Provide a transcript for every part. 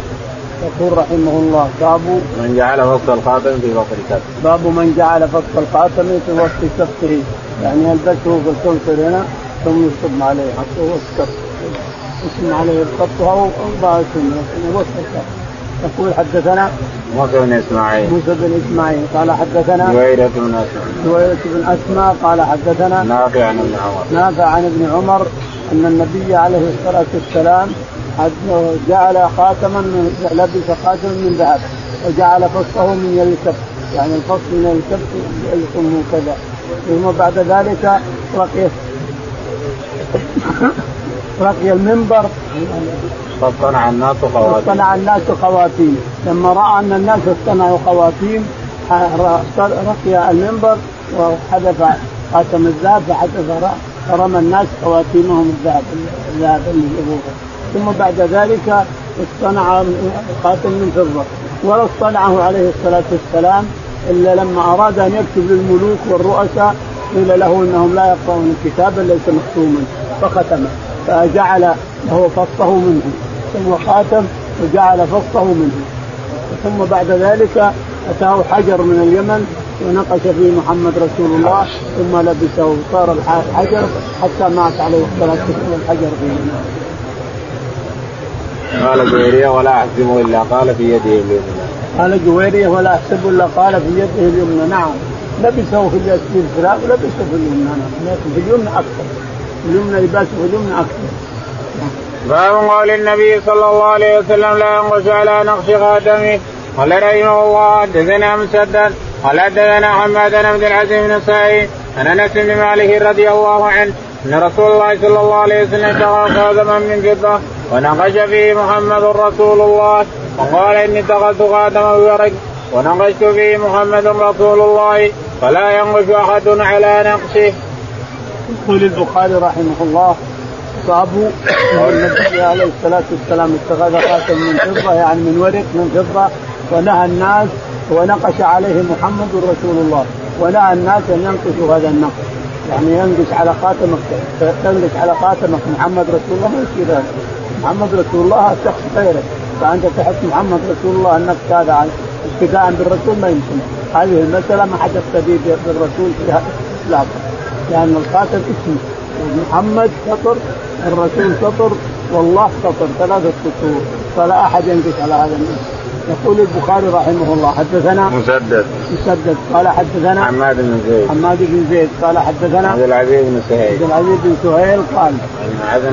يقول رحمه الله باب من جعل فص الخاتم في وسط كفه. باب من جعل فص الخاتم في وسط كفه، يعني يلبسه في الكفر هنا ثم يصب عليه حتى وسط كفه، يصب عليه الخط أو بعض وسط الكفه. يقول حدثنا موسى بن إسماعيل قال حدثنا جويرة بن أسماء قال حدثنا نافع عن ابن عمر أن النبي عليه الصلاة والسلام جعل خاتما لبس خاتما من ذهب وجعل فصه من الكف، يعني الفص من الكف يسمى كذا. ثم بعد ذلك رقي المنبر فاصطنع الناس خواتيم. لما رأى أن الناس اصطنعوا خواتيم رقي المنبر وحذف خاتم الذهب فرمى الناس خواتيمهم الذهب اللي يبوه. ثم بعد ذلك اصطنع خاتم من فضة، ولا اصطنعه عليه الصلاة والسلام إلا لما أراد أن يكتب للملوك والرؤساء قيل له إنهم لا يقرؤون كتابا ليس مختوما فختمه، فجعل له فصه منه ثم خاتم وجعل فصه منه. ثم بعد ذلك أتاه حجر من اليمن ونقش فيه محمد رسول الله ثم لبسه صار الحجر حتى مات عليه الصلاة والسلام الحجر فيه. قال جويرية ولا أحسبه إلا قال في يده اليمنى. قال جويرية ولا أحسبه إلا قال في يده اليمنى. نعم لبسه في اليسير فلا ولبسه في اليمنى، لكن في اليمنى أكثر، اليمنى لباسه في اليمنى أكثر. باب قول النبي صلى الله عليه وسلم لا ينقش على نقش خاتمه. قال رحمه الله حدثنا مسدد قال حدثنا حماد بن عبد العزيز بن سعيد عن انس بن مالك رضي الله عنه ان رسول الله صلى الله عليه وسلم اتخذ خاتما من فضة ونقش فيه محمد رسول الله وقال اني اتخذت خاتما بورق ونقشت فيه محمد رسول الله فلا ينقش احد على نقشه. يقول البخاري رحمه الله باب النبي عليه الصلاة والسلام اتخذ خاتم من فضة، يعني من ورق من فضة، ونهى الناس ونقش عليه محمد رسول الله، ونهى الناس أن ينقشوا هذا النقش، يعني ينقش على خاتمك تنقش على خاتمك محمد رسول الله ما يصير هذا. محمد رسول الله شخص غيرك، فأنت تحط محمد رسول الله النقش هذا عن ابتداء بالرسول ما يمكن. هذه المسألة ما حد يقتدي بالرسول فيها إطلاقا، لأن الخاتم اسمه محمد سطر الرسول سطر والله سطر ثلاثة سطور، فلا أحد ينقش على هذا النقش. يقول البخاري رحمه الله حدثنا مسدد قال حدثنا حماد بن زيد قال حدثنا عبد العزيز بن سهيل قال عن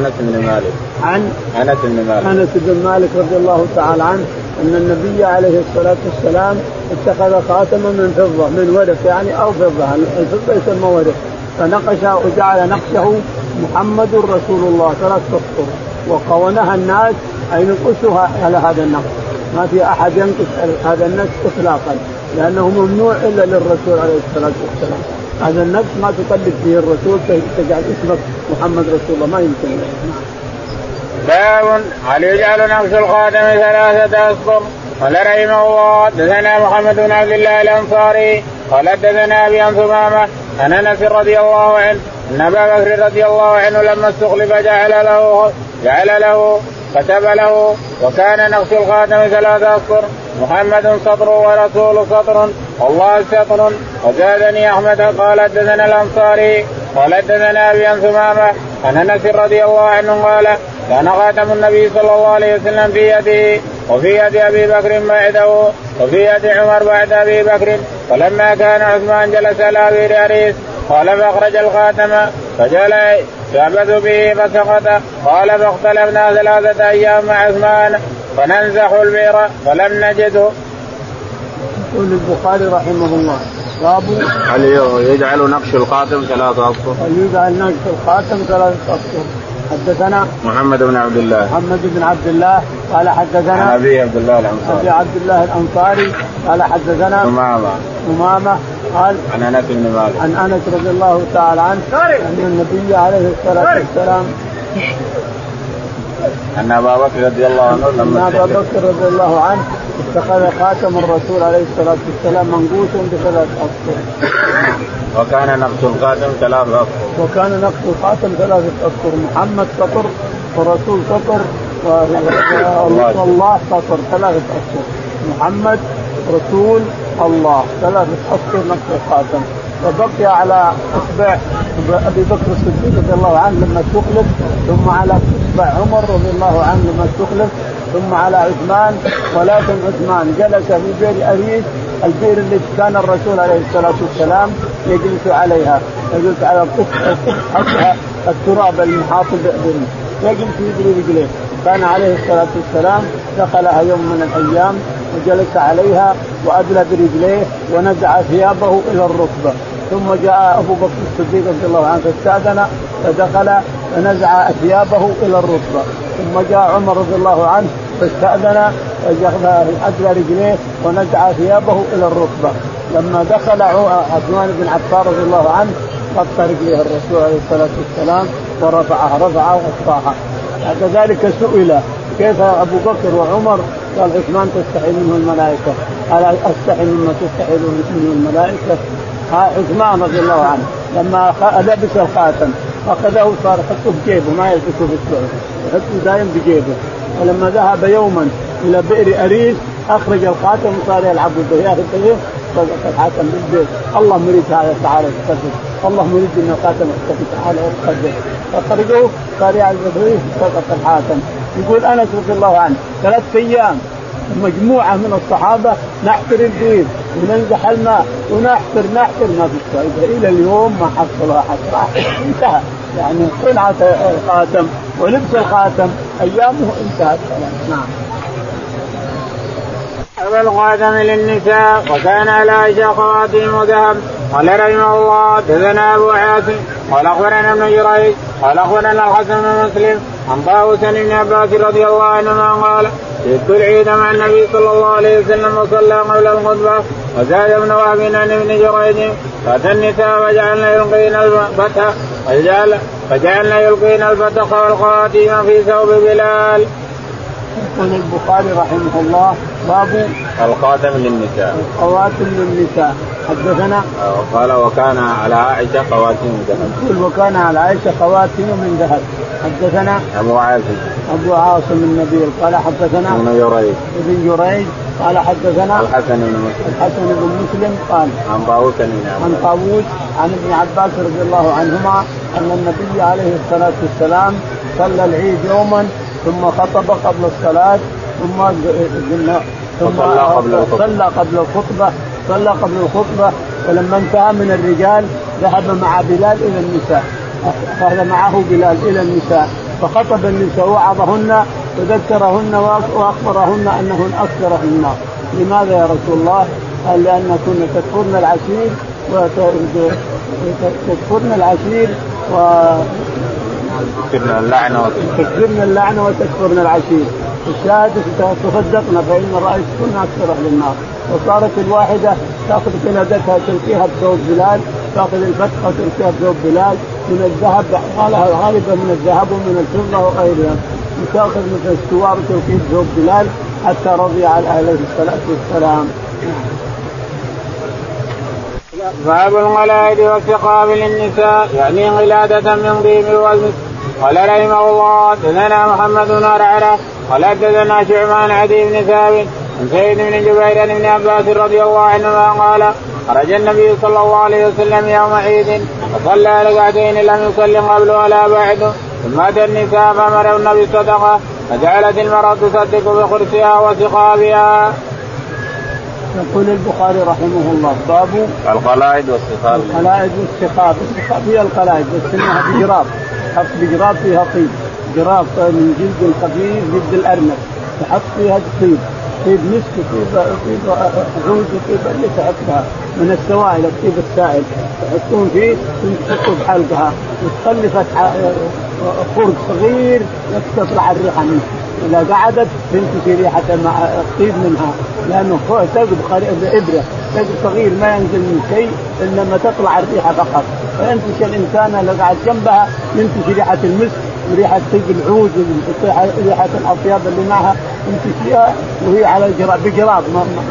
أنس بن مالك رضي الله تعالى عنه أن النبي عليه الصلاة والسلام اتخذ خاتما من فضة من ورق، يعني أو فضة، الفضة يسمى ورق، فنقش وجعل نقشه محمد رسول الله ثلاث سطور، وقونها الناس أن ينقشوا على هذا النقش. ما في أحد ينقش هذا النقش إطلاقا، لأنه ممنوع إلا للرسول عليه الصلاة والسلام. هذا النقش ما تقلد به الرسول تجعل اسمك محمد رسول الله ما يمكن. باب هل يجعل نقش الخاتم 3 أسطر. قال رحمه الله حدثنا محمد بن عبد الله الأنصاري قال حدثنا أبي عن ثمامة عن أنس رضي الله عنه أن أبا بكر رضي الله عنه لما استخلف جعل له كتب له وكان نقش الخاتم 3 أسطر محمد سطر ورسول سطر والله سطر. وزادني أحمد قال حدثنا الأنصاري قال حدثنا أبي عن ثمامة عن أنس رضي الله عنه قال كان خاتم النبي صلى الله عليه وسلم في يده وفي يد أبي بكر بعده وفي يد عمر بعد أبي بكر. فلما كان عثمان جلس على بئر عريس قال فأخرج الخاتم فجعل يعبث به فسقط. قال فاختلفنا 3 أيام مع عثمان فننزح البئر فلم نجده. يقول البخاري رحمه الله باب هل يجعل نقش الخاتم 3 أسطر. هل يجعل نقش الخاتم 3 أسطر. حدثنا محمد بن عبد الله قال حدثنا أبي عبد الله الأنصاري قال حدثنا أمامة قال عن أنس رضي الله تعالى عنه أن النبي عليه الصلاة والسلام أن أبا بكر رضي الله عنه اتخذ خاتم الرسول عليه الصلاة والسلام منقوشا ب3 أسطر. وكان نقش الخاتم 3 أسطر. محمد سطر ورسول سطر والله سطر 3 أسطر، محمد رسول الله 3 أسطر نقش الخاتم. وبقي على اصبع ابي بكر الصديق رضي الله عنه لما استخلف، ثم على اصبع عمر رضي الله عنه لما استخلف، ثم على عثمان. ولكن عثمان جلس في بئر أريس، البئر اللي كان الرسول عليه الصلاه والسلام يجلس عليها، يجلس على قطعها التراب المحاط بئر، يجلس يجري رجليه. كان عليه الصلاه والسلام دخلها يوم من الايام وجلس عليها وأدلى برجليه ونزع ثيابه إلى الركبة، ثم جاء أبو بكر الصديق رضي الله عنه فاستأذن فدخل ونزع ثيابه إلى الركبة، ثم جاء عمر رضي الله عنه فاستأذن أدلى رجليه ونزع ثيابه إلى الركبة. لما دخل عثمان بن عفان رضي الله عنه غطى رجليه الرسول عليه الصلاة والسلام ورفعها وغطاها. كذلك سئل كيف أبو بكر وعمر؟ قال عثمان تستحي منه الملائكة. ألا أستحي مما تستحي منه الملائكة؟ عثمان رضي الله عنه لما لبس الخاتم أخذه صار يحطه بجيبه، ما يلبسه بالسعر، يحطه دائم بجيبه. ولما ذهب يوما إلى بئر أريس أخرج الخاتم وصار يلعب به، ياخذ به صدق الخاتم بالبيت. الله مريد هذا تعالى يتقدم، الله مريد أن الخاتم يتقدم تعالى يتقدم، فخرجوه صار يلعب به صدق الخاتم. يقول أنس رضي الله عنه 3 أيام مجموعة من الصحابة نحفر البئر وننزح الماء ونحفر ما في فائدة، إلى اليوم ما حصلها حصرها، انتهى. يعني صنعة الخاتم ولبس الخاتم أيامه انتهت. نعم. أبا الخاتم للنساء وكان على عائشة خواتيم ذهب. قال رحمه الله دثنا أبو عاصم قال أخبرنا ابن جريج قال أخبرنا الحسن بن مسلم عن طاووس بن عباس رضي الله عنهما قال شهدت العيد مع النبي صلى الله عليه وسلم وصلى قبل الخطبة. وزاد ابن وهب عن ابن جريج فأتى النساء فجعلنا يلقين الفتح والخواتيم في ثوب بلال. يقول البخاري رحمه الله باب الخاتم للنساء. الخواتم للنساء. حدثنا قال وكان على عائشة خواتيم من ذهب. يقول وكان على عائشة خواتيم من ذهب. حدثنا أبو عاصم النبيل قال حدثنا ابن جريج قال حدثنا الحسن بن مسلم قال عن طاووس عن ابن عباس رضي الله عنهما أن النبي عليه الصلاة والسلام صلى العيد يوما ثم خطب قبل الصلاة صلى قبل الخطبة. ولما انتهى من الرجال ذهب مع بلال إلى النساء، أخذ معه بلال إلى النساء فخطب النساء وعظهن وذكرهن وأخبرهن أنهن أكثرهن. لماذا يا رسول الله؟ قال لأن كنا تكفرن العشير تكفرن اللعنة وتكفرن العشير. الشاهد تصدقنا فإن رأيت كنا أكثر أهل النار. وصارت الواحدة تأخذ كنادتها تلقيها بثوب بلال، تأخذ الفتحة وتلقيها بثوب بلال من الذهب، قالها غالبا من الذهب ومن الفضة وغيرها، وتأخذ مثل السوار وتلقيها بثوب بلال حتى رضي عليه الصلاة والسلام. باب الغلائد والثقاب للنساء يعني غلادة من طيب والمسك. قال رحمه الله دثنا محمد بن عرعرة قال دثنا شعبان عدي بن ثابت عن سيد بن جبير بن عباس رضي الله عنهما قال خرج النبي صلى الله عليه وسلم يوم عيد فصلى ركعتين لم يصلي قبل ولا بعد، ثم أتى النساء فأمرهن بالصدقة فجعلت المرأة تصدق بخرسها وثقابها. يقول البخاري رحمه الله باب القلائد والثقاب. الثقاب هي القلائد بسمها بجراب، تحط بجراب فيها طيب، جراب من جلد خفيف جلد الأرنب تحط فيها الطيب، طيب مسك، طيب عود، طيب اللي تحطها من السوائل، الطيب السائل تحطون فيه تحطوا بحلقها وتخلي فتح خرج صغير تطلع الريحة منه، إذا قعدت تنتشي ريحة الطيب منها، لأنه تجد إبرة تجد صغير ما ينزل من شيء إنما تطلع الريحة فقط، فينتشي الإنسان اللي قاعد جنبها ينتشي ريحة المسك وريحة طيب العود وريحة الأطياب اللي معها ينتشيها وهي على الجراب بجراب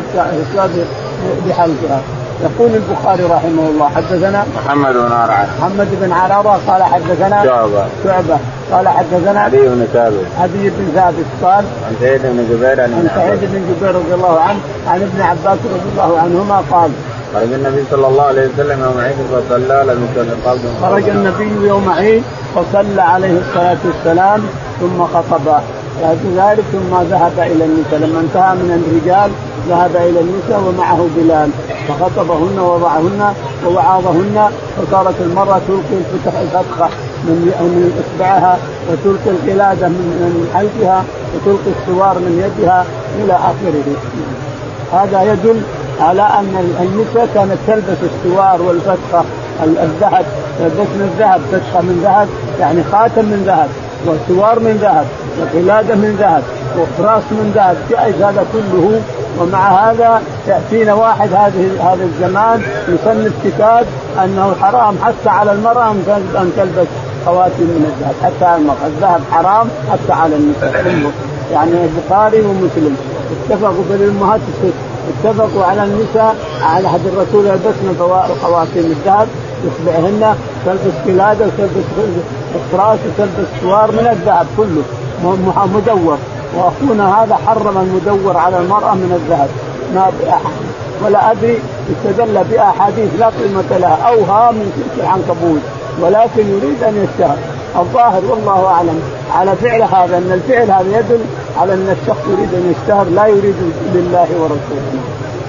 بحلقها. يقول البخاري رحمه الله حدثنا محمد بن عرعرة قال حدثنا شعبة قال حدثنا عدي بن ثابت قال عن سعيد بن جبير رضي الله عنه عن ابن عباس رضي الله عنهما قال خرج النبي صلى الله عليه وسلم يوم عيد فصلى لم يكن خرج النبي يوم عيد فصلى عليه الصلاة والسلام ثم خطب بعد ذلك ثم ذهب إلى النساء. لما انتهى من الرجال ذهب إلى النساء ومعه بلال فخطبهن ووعظهن وصارت المرأة تلقي الفتخة من إصبعها وتلقي القلادة من حلقها وتلقي السوار من يدها إلى آخره. هذا يدل على أن النساء كانت تلبس السوار والفتخة الذهب، يلبسن الذهب، فتخة من ذهب يعني خاتم من ذهب وسوار من ذهب وقلادة من ذهب وفراس من ذهب، جائز هذا كله. ومع هذا يأتينا واحد هذا الزمان يصنف كتاب أنه حرام حتى على المرأة أن تلبس خواتم من الذهب، حتى على المرأة الذهب حرام حتى على النساء. يعني البخاري ومسلم اتفقوا بالأمهات اتفقوا على النساء على حد الرسول يلبسن خواتم الذهب يصبعهن، تلبس قلادة وتلبس فراس وتلبس سوار من الذهب كله مدور. واخونا هذا حرم المدور على المرأة من الذهب ما بأحد، ولا أدري استدل بأحاديث لا قيمة لها أوها من تلك العنكبوت، ولكن يريد أن يشتهر. الظاهر والله أعلم على فعل هذا أن الفعل هذا يدل على أن الشخص يريد أن يشتهر لا يريد لله ورسوله.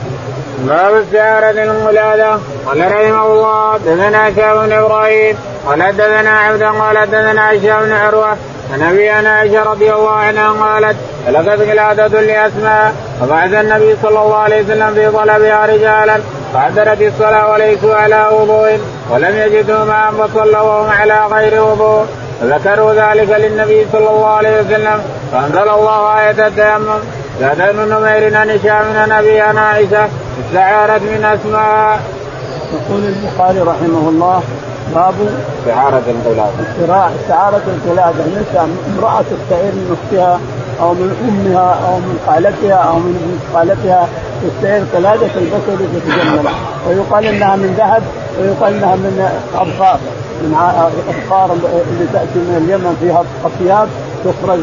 باب السعارة المولادة. قال رحمه الله دثنا هشام بن إبراهيم قال دثنا عبدا قال دثنا هشام بن عروة عن أبي عائشة رضي الله عنها قالت لقد قلادة لأسماء فبعث النبي صلى الله عليه وسلم في طلبها رجالا فحضرت الصلاة وليسوا على وضوء ولم يجدوا ماء فصلوا وهم على غير وضوء، فذكروا ذلك للنبي صلى الله عليه وسلم فأنزل الله آية التيمم. زاد ابن نمير عن هشام بن أبي عائشة استعارت من أسماء. يقول البخاري رحمه الله باب استعارة القلادة. استعارة القلادة نساء امرأة تستعير من أختها أو من أمها أو من خالتها أو من ابن خالتها تستعير قلادة البصر لتتجمل، ويقال إنها من ذهب ويقال إنها من أبخار، من أبخار اللي تأتي من اليمن فيها أطياب تخرج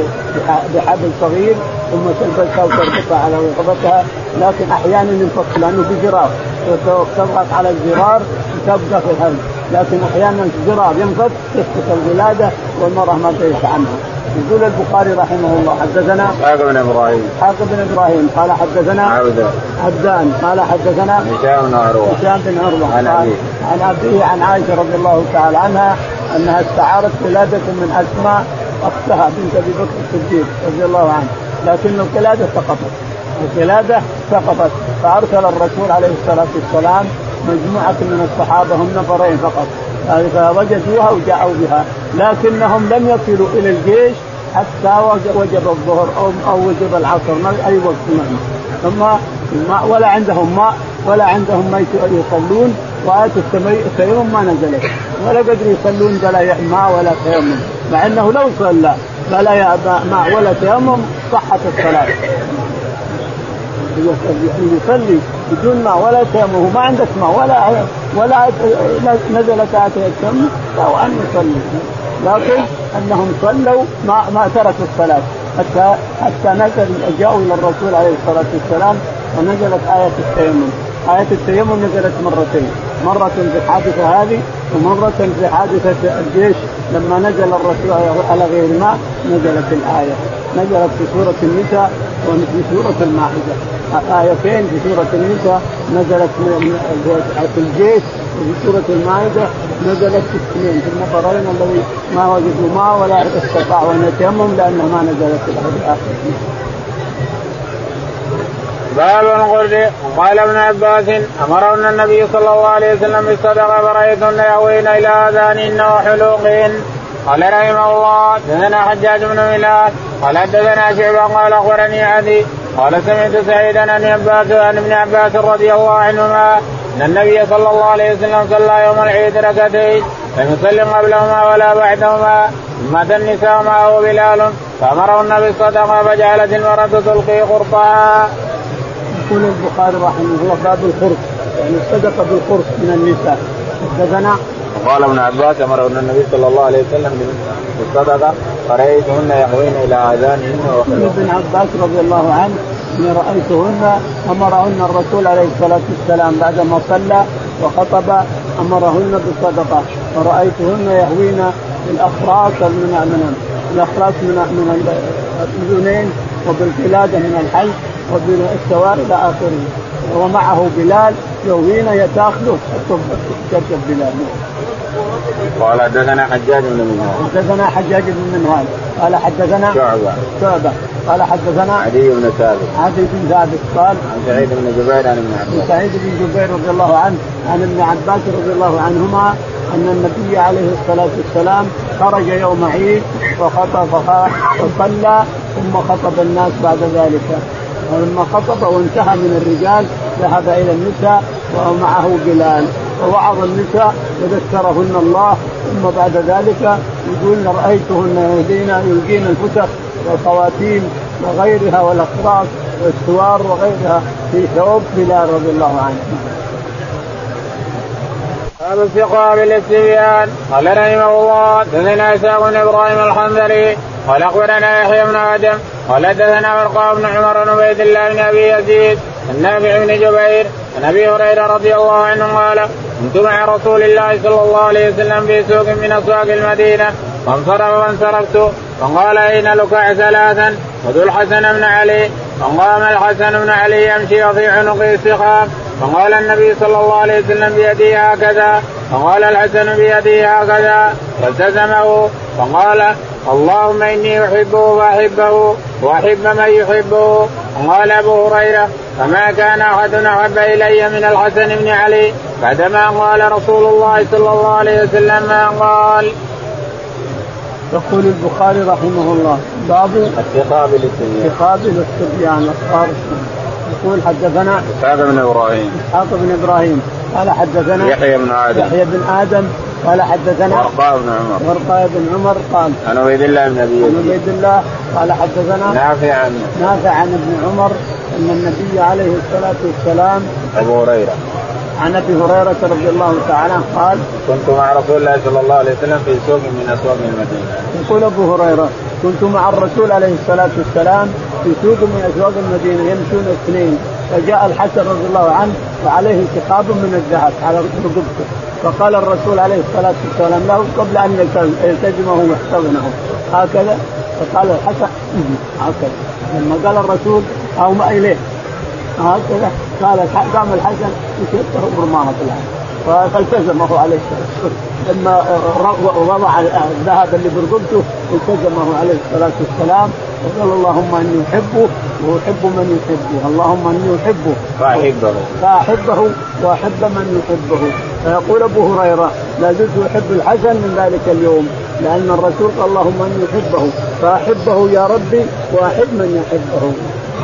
بحبل صغير ثم تلبسها وتربطها على رقبتها، لكن أحيانا ينفك لأنه بجرار تضغط على الزرار وتبقى في الهرم، لكن أحيانا الزرار ينفك تسقط الولادة والمرأة ما تعيش عنها. يقول البخاري رحمه الله حدثنا حاق بن إبراهيم قال حدثنا عبدان قال حدثنا هشام بن عروة عن أبيه عن عائشة رضي الله تعالى عنها أنها استعارت قلادة من أسماء أختها بنت أبي بكر الصديق رضي الله عنه، لكن القلادة سقطت فأرسل الرسول عليه الصلاة والسلام مجموعة من الصحابة هم نفرين فقط فوجدوها وجاءوا بها، لكنهم لم يصلوا إلى الجيش حتى وجب الظهر أو وجب العصر أي وقت ثم ولا عندهم ماء ولا عندهم ما يصلون، وآية التيمم ما نزلت ولا قدروا يصلون بلا ماء ولا تيمم، مع أنه لو صلى بلا ماء ولا تيمم صحت الصلاة. يصلي بدون ماء ولا تيمم ما عندك ماء ولا نزلت آية التيمم أو أن يصلي، لكن أنهم صلوا ما تركوا الصلاة حتى نزل جاءوا إلى الرسول عليه الصلاة والسلام ونزلت آية التيمم. آية التيمم نزلت مرتين، مرة في الحادثة هذه ومرة في حادثة الجيش لما نزل الرسول على غير ماء نزلت الآية، نزلت في سورة النساء وفي سورة المائدة، آيتين في سورة النساء نزلت في الجيش وفي سورة المائدة نزلت في الاثنين في المطرين الذي ما وجدوا ماء ولا استطاعوا أن يتيمموا لأنه ما نزلت الآية. باب الغرد. قال ابن عباس أمرنا النبي صلى الله عليه وسلم بالصدقة فرأيتن يهوين إلى آذانهن وحلوقهن. قال رحمه الله دثنا حجاج بن ميلاد قال دثنا شعبة قال أخبرني عدي قال سمعت سعيدا عن ابن عباس رضي الله عنهما أن النبي صلى الله عليه وسلم صلى يوم العيد ركعتين لم يصلي قبلهما ولا بعدهما، ثم أتى النساء معه بلال فأمرهن بالصدقة فجعلت المرأة تلقي قرطها. يقول البخاري رحمه الله باب الخرص، يعني الصدقة بالخرص من النساء. حدثنا وقال ابن عباس امرهن النبي صلى الله عليه وسلم بالصدقه فرأيتهن يحوين الى اذانهن. ابن عباس رضي الله عنه ان رايتهن امرهن الرسول عليه الصلاه والسلام بعدما صلى وخطب امرهن بالصدقه فرأيتهن يهوين بالاخراس من الاذنين وبالقلاده من الحلق وبالسوار الى اخره ومعه بلال يهوين يتاخذه تركب بلال. قال حدثنا حجاج بن منهال قال حدثنا شعبة قال حدثنا عدي بن ثابت قال عن سعيد بن جبير رضي الله عنه عن ابن عباس رضي الله عنهما أن النبي عليه الصلاة والسلام خرج يوم عيد وخطب وصلى ثم خطب الناس بعد ذلك. ولما خطب وانتهى من الرجال ذهب إلى النساء ومعه بلال ووعظ النساء وذكرهن الله. ثم بعد ذلك يقول رأيتهن يلقين الفتح والخواتيم وغيرها والأقراص والسوار وغيرها في ثوب بلال رضي الله عنه. باب السقاء بالاستبيان. قال رحمه الله دثنا إسحاق بن إبراهيم الحنظلي قال أخبرنا يحيى بن آدم قال دثنا ورقاء بن عمر بن عبيد الله بن أبي يزيد النافع بن جبير عن أبي هريرة رضي الله عنه قال كنت مع رسول الله صلى الله عليه وسلم في سوق من أسواق المدينة فانصرف وانصرفت فقال أين لكع ثلاثا وذو الحسن بن علي فقام الحسن بن علي يمشي وفي عنقه السقاء فقال النبي صلى الله عليه وسلم بيده هكذا فقال الحسن بيده هكذا فالتزمه فقال اللهم إني أحبه وأحبه وأحب من يحبه. قال أبو هريرة فما كان أحد أحب إلي من الحسن بن علي بعدما قال رسول الله صلى الله عليه وسلم ما قال. يقول البخاري رحمه الله باب السقاء بالاستبيان. يقول حدثنا إسحاق بن إبراهيم قال حدثنا يحيى بن آدم قال حدثنا ورقاء بن عمر قال عن عبيد الله قال حدثنا نافع عن ابن عمر أن النبي عليه الصلاة والسلام عن أبي هريرة رضي الله تعالى قال كنت مع رسول الله صلى الله عليه وسلم في سوق من أسواق المدينة. يقول أبو هريرة كنت مع الرسول عليه الصلاة والسلام في سوق من أسواق المدينة يمشون اثنين فجاء الحسن رضي الله عنه وعليه سقاب من الذهب على رقبته فقال الرسول عليه الصلاة والسلام له قبل أن يلتزمه ويحتضنه هكذا فقال الحسن هكذا لما قال الرسول أو ما إليه هكذا قام الحسن يشبه برمانة الآن فالتزمه عليه الصلاة لما وضع الذهب اللي برقبته التزمه عليه الصلاة والسلام وقال اللهم أني أحبه وأحب من يحبه اللهم أني أحبه فأحبه وأحب من يحبه. فيقول أبو هريرة لا زلت أحب الحسن من ذلك اليوم لأن الرسول قال اللهم أني أحبه فأحبه يا ربي وأحب من يحبه.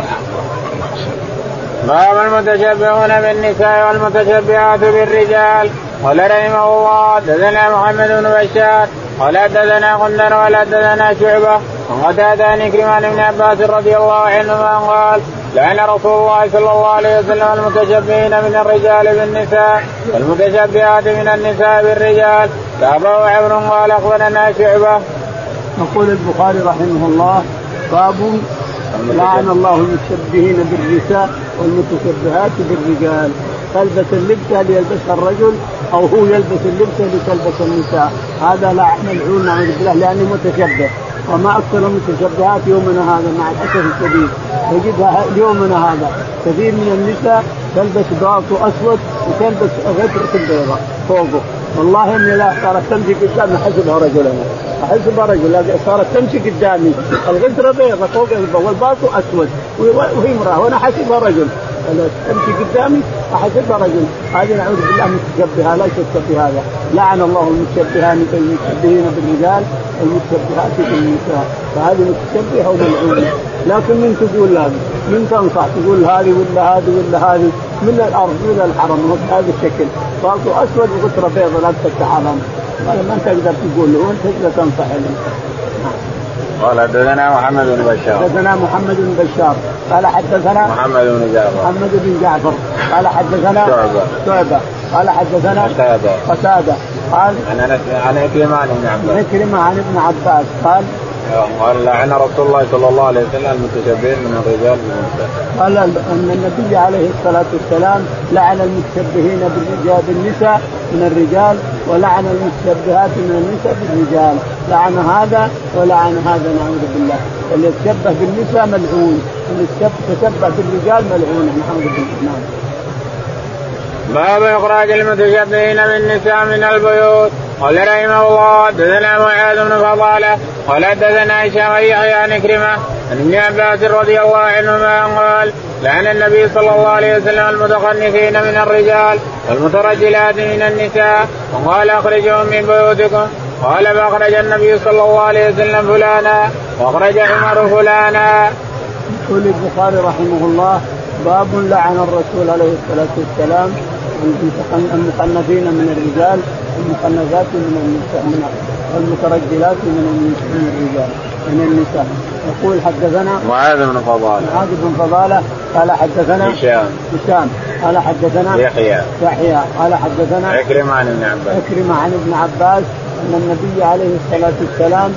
باب المتشبهون بالنساء والمتشبهات بالرجال. قال رحمه الله دثنا محمد بن بشار قال دثنا غندر ولا دثنا شعبة وقد أتاني كريمان بن عباس رضي الله عنهما قال لعن رسول الله صلى الله عليه وسلم المتشبهين من الرجال بالنساء والمتشبهات من النساء بالرجال. تابعه عمرو قال أخبرنا شعبة. يقول البخاري رحمه الله باب لعن الله المتشبهين بالنساء والمتشبهات بالرجال. تلبس اللبسة ليلبسها الرجل أو هو يلبس اللبسة لتلبس النساء هذا ملعون نعوذ بالله لأنه متشبه. وما أكثر المتشبهات يومنا هذا مع الأسف الشديد تجدها يومنا هذا كثير من النساء تلبس باطو أسود وتلبس غترة بيضاء فوقه. والله إني لا صارت تمشي قدامي حسبها رجل صارت تمشي قدامي الغترة بيضاء فوق والباطو أسود وهي امرأة وأنا حسبها رجل تمشي قدامي أحسبها رجل. هذه نعوذ بالله متشبهة لا شك في هذا. لعن الله المتشبهين بالرجال والمتشبهات بالنساء فهذه متشبهة وملعونة. لكن من تقول هذه من تنصح تقول هذه ولا هذه من الأرض من الحرم بهذا الشكل باطو أسود وغترة بيضاء لا تتعلم ما تقدر تقول له وانت تقدر تنصح له. قال حدثنا محمد بن بشار. حدثنا محمد بن بشار قال حدثنا محمد بن جعفر قال حدثنا شعبة قال حدثنا قتادة قال عن عكرمة عن ابن عباس قال لعن رسول الله صلى الله عليه وسلم المتشبهين من الرجال بالنساء. قال ان النبي عليه الصلاة والسلام لعن المتشبهين بالنساء من الرجال ولعن المتشبهات من النساء بالرجال. لعن هذا ولعن هذا نعوذ بالله. اللي يتشبه بالنساء ملعون واللي يتشبه بالرجال ملعون نعوذ بالله. باب إخراج المتشبهين بالنساء من البيوت. قال رحمه الله حدثنا معاذ بن فضالة قال حدثنا هشام يحيى عن عكرمة عن ابن عباس رضي الله عنهما قال لعن النبي صلى الله عليه وسلم المتخنثين من الرجال والمترجلات من النساء وقال أخرجهم من بيوتكم. قال فأخرج النبي صلى الله عليه وسلم فلانا وأخرج عمر فلانا. يقول البخاري رحمه الله باب لعن الرسول عليه الصلاة والسلام المخنثين من الرجال والمخنثات من النساء والمترجلات من الرجال من النساء. يقول حدثنا معاذ بن فضالة قال حدثنا هشام قال حدثنا يحيى قال حدثنا عكرمة عن ابن عباس أن النبي عليه الصلاة والسلام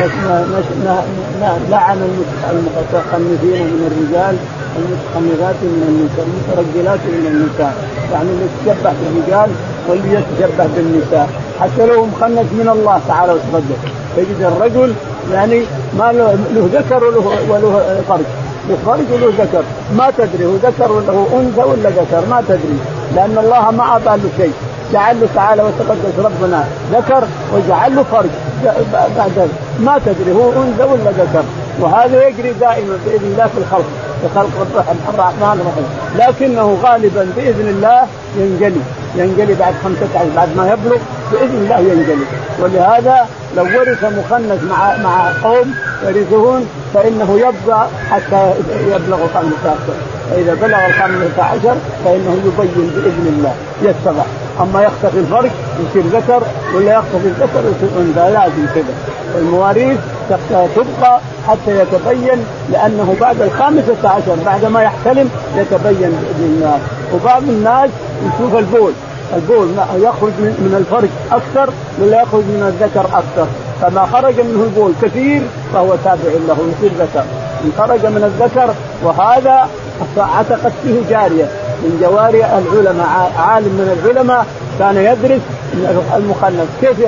لعن المتخنثين من الرجال المتخنثات من النساء المترجلات من النساء. يعني اللي يتشبه بالرجال واللي يتشبه بالنساء حتى لو مخنث من الله تعالى وتقدس. تجد الرجل يعني ما له ذكر وله فرج وله ذكر ما تدري هو ذكر وله أنثى ولا ذكر ما تدري لأن الله ما أعطى له شيء. جعل له تعالى وتقدس ربنا ذكر وجعل له فرج بعد ما تدري هو أنثى ولا ذكر. وهذا يجري دائما بإذن الله في خلق الرحمن الرحيم. لكنه غالبا بإذن الله ينجلي بعد 15 بعد ما يبلغ بإذن الله ينجلي. ولهذا لو ورث مخنث مع قوم يرثون فإنه يبقى حتى يبلغ 15. فإذا بلغ 15 فإنه يبين بإذن الله يتبع. أما يختفي الفرج يصير ذكر ولا يختفي الذكر يصير أنثى لازم كذا. المواريث تبقى حتى يتبين لأنه بعد 15 بعد ما يحتلم يتبين بإذن الله. وبعض الناس يشوف البول يخرج من الفرج أكثر ولا يخرج من الذكر أكثر. فما خرج منه البول كثير فهو تابع له يصير ذكر. إن خرج من الذكر وهذا عتقت فيه جارية من جواري العلماء عالم من العلماء كان يدرس المخنث كيف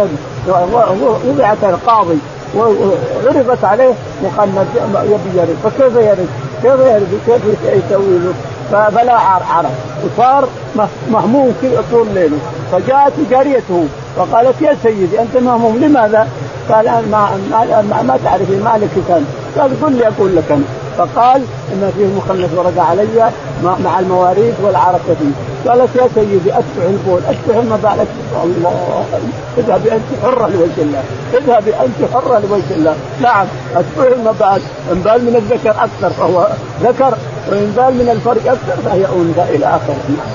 وضعت القاضي وعرضت عليه مخنث يبي يرث فكيف يرث كيف يسوي له فبلا عرف وصار مهموم طول ليله. فجاءت جاريته وقالت يا سيدي أنت مهموم لماذا؟ قال ما تعرفي ما لك كان. قال قل لي أقول لك أنا. فقال إن فيه مخنث ورد علي مع المواريث والعرق فيه. قالت يا سيدي أتبع البول أتبع المبالغ. الله اذهبي أنت حرة لوجه الله اذهبي أنت حرة لوجه الله. نعم أتبع المبالغ إن بال من الذكر أكثر فهو ذكر وإن بال من الفرق أكثر فهي أنثى إلى آخره.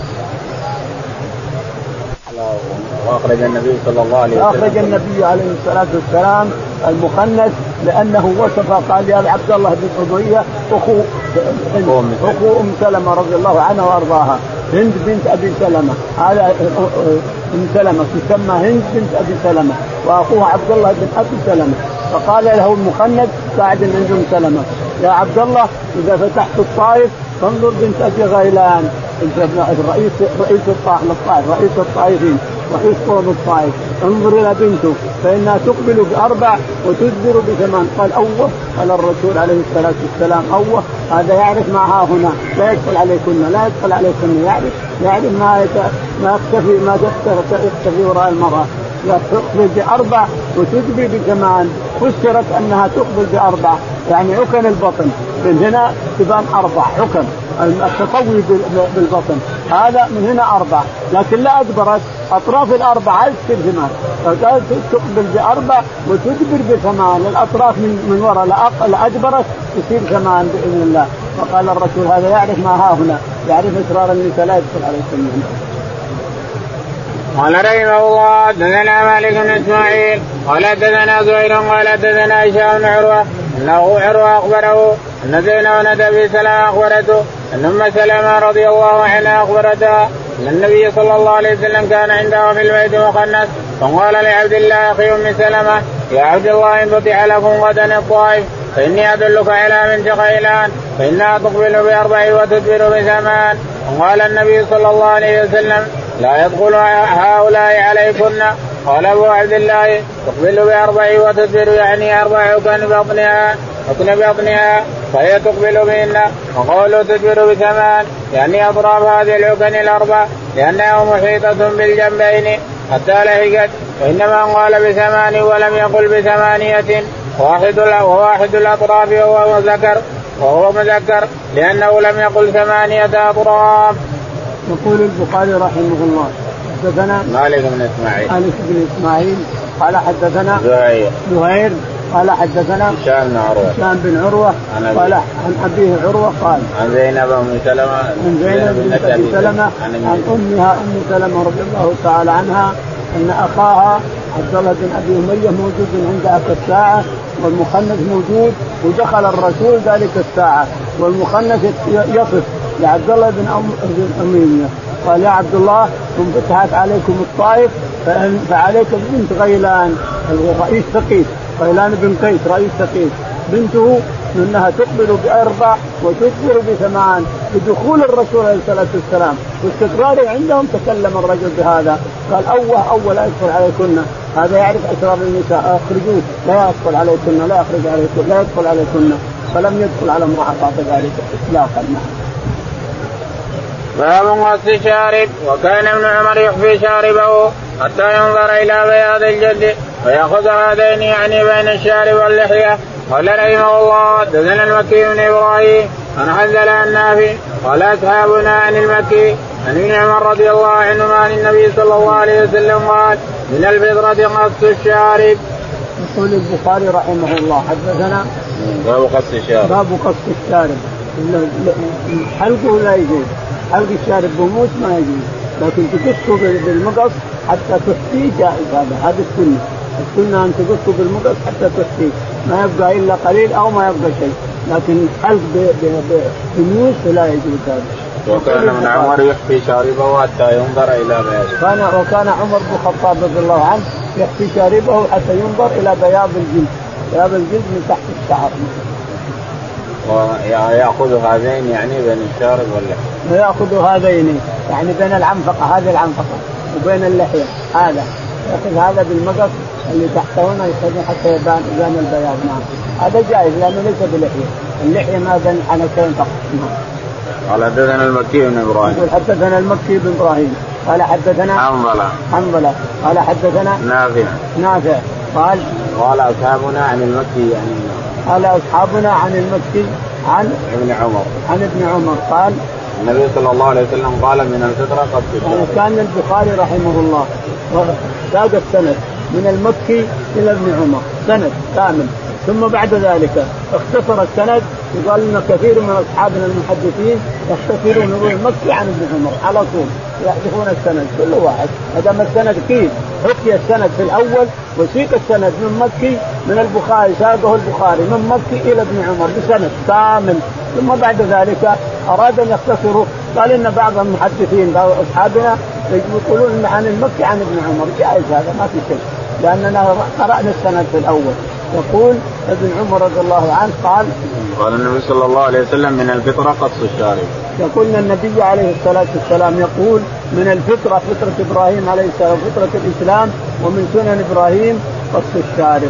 وأخرج النبي صلى الله عليه وسلم أخرج النبي عليه الصلاة والسلام المخنث لأنه وصف قال يا عبد الله بن أبي أخو أم سلمة رضي الله عنها وأرضاها هند بنت أبي سلمة. هذا أم سلمة تسمى هند بنت أبي سلمة وأخوها عبد الله بن أبي سلمة. فقال له المخنث ساعد من أم سلمة يا عبد الله إذا فتحت الطائف فانظر بنت أبي غيلان رئيس الطائفين رئيس قوم الطائف انظر إلى بنته فإنها تقبل ب4 وتدبر ب8. قال أوه. قال الرسول عليه الصلاة والسلام أوه هذا يعرف ما ها هنا لا يدخل عليكن يعرف ما يختفي وراء المرأة. لا تقبل ب4 وتدبر ب8. فسرت أنها تقبل ب4 يعني عكن البطن من هنا تبان 4 عكن التطوي بالبطن هذا من هنا 4 لكن لا أدبرت أطراف 4 تصير 8. فقال تقبل ب4 وتدبر ب8 الأطراف من وراء لا أدبرت تصير 8 بإذن الله. فقال الرسول هذا يعرف ما ها هنا يعرف إسرار النساء لا يدخل عليه السنين. قال رحمه الله حدثنا مالك بن اسماعيل قال حدثنا زهير قال حدثنا هشام بن عروة انه عروه اخبره ان زينب بنت ابي سلمة اخبرته ان ام سلمة رضي الله عنها اخبرتها ان النبي صلى الله عليه وسلم كان عنده في البيت مخنث فقال لعبد الله اخي ام سلمة يا عبد الله ان فتح لكم غدا الطائف فاني ادلك على بنت غيلان فانها تقبل ب4 وتدبر ب8. وقال النبي صلى الله عليه وسلم لا يدخل هؤلاء عليكن. قال ابو عبد الله تقبل ب4 وتدبر يعني 4 كان بطنها فهي تقبل بهن. وقوله تدبر ب8 يعني اطراف هذه العكن ال4 لانها محيطه بالجنبين حتى لهجت. وانما قال ب8 ولم يقل ب8 وواحد الاطراف وهو مذكر لانه لم يقل 8 اطراف. يقول البخاري رحمه الله حدثنا مالك بن اسماعيل قال حدثنا زهير قال حدثنا هشام بن عروة قال عن أبيه عروة قال عن زينب بن سلمة عن أمها أم سلمة رضي الله تعالى عنها أن أخاها عبد الله بن أبي أمية موجود عندها كالساعة والمخنث موجود ودخل الرسول ذلك الساعة والمخنث يصف لعبد الله بن أمية قال يا عبد الله ثم فتحت عليكم الطائف فعليك بنت غيلان الرئيس ثقيف غيلان بن قيس رئيس ثقيف بنته انها تقبل ب4 وتدبر ب8 بدخول الرسول عليه الصلاه والسلام واستقراره عندهم تكلم الرجل بهذا قال اول لا يدخل عليكن هذا يعرف اسرار النساء اخرجوه لا يدخل عليكن لا يدخل عليكن فلم يدخل على امرأة بعد ذلك اطلاقا. باب غسل الشارب. وكان ابن عمر يخفي شاربه حتى ينظر الى بياض الجلد ويأخذ هذين يعني بين الشارب واللحية. قال رحمه الله حدثنا المكي بن ابراهيم عن حنظلة النافع قال اصحابنا عن المكي عن ابن عمر رضي الله عنهما عن النبي صلى الله عليه وسلم قال من الفطرة قص الشارب. يقول البخاري رحمه الله حدثنا باب قص الشارب. حلقه لا يجوز حلق الشارب بموت ما يجوز لكن تقصه بالمقص حتى تحتيه جائز. هذا السنة أن تقصه بالمقص حتى تحتيه ما يبقى إلا قليل أو ما يبقى شيء لكن حلق بموت لا يجوز هذا. وكان ابن عمر يخفي شاربه حتى ينظر إلى بياضه. وكان عمر بن الخطاب رضي الله عنه يخفي شاربه حتى ينظر إلى بياض الجلد من تحت الشعر. ويأخذ هذين يعني بين الشارب واللحية. يأخذ هذين يعني بين العنفقة هذه العنفقة وبين اللحية هذا يأخذ هذا بالمقص اللي تحته هنا يخليه حتى يبان البياض. نعم هذا جائز لأنه ليس باللحية. اللحية ما بين حنكين فقط. قال حدثنا المكي بن إبراهيم حدثنا المكي بن إبراهيم قال حدثنا حنظلة قال حدثنا نافع قال أصحابنا عن المكي يعني قال أصحابنا عن المكي عن ابن عمر قال النبي صلى الله عليه وسلم قال من الفطرة قص الشارب. كان البخاري رحمه الله ساق السند من المكي إلى ابن عمر سند كامل ثم بعد ذلك اختصر السند. يقال لنا كثير من أصحابنا المحدثين يختصرون يقول المكي عن ابن عمر على طول يحذفون السند كل واحد. هذا ما السند كيف حكي السند في الأول وسيق السند من مكي من البخاري ساقه البخاري من مكي إلى ابن عمر بسند كامل. ثم بعد ذلك أراد أن يختصروا قال إن بعض المحدثين بعض أصحابنا يقولون عن المكي عن ابن عمر جائز هذا ما في شيء لأننا قرأنا السند في الأول. يقول ابن عمر رضي الله عنه قال النبي صلى الله عليه وسلم من الفطرة قص الشارب. يقول النبي عليه الصلاة والسلام يقول من الفطرة فطرة إبراهيم عليه السلام فطرة الإسلام ومن سنن إبراهيم قص الشارب.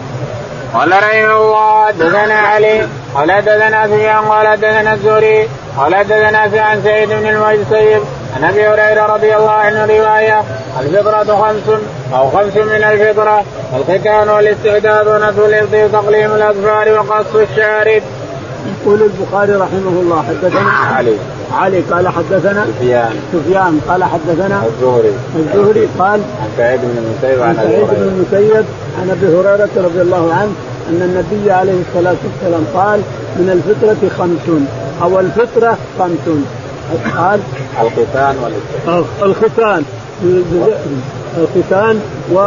قال رحمه الله حدثنا علي قال حدثنا سفيان قال حدثنا الزهري قال حدثنا عن سعيد بن المسيب عن ابي هريره رضي الله عنه روايه الفطرة 5 من الفطرة الختان والاستعداد ونتف الإبط وتقليم الأظفار وقص الشارب. يقول البخاري رحمه الله حدثنا علي قال حدثنا سفيان قال حدثنا الزهري قال عن سعيد بن المسيب عن ابي هريره رضي الله عنه ان النبي عليه الصلاه والسلام قال من الفطره 5 أو الفطره 5 قال الختان الختان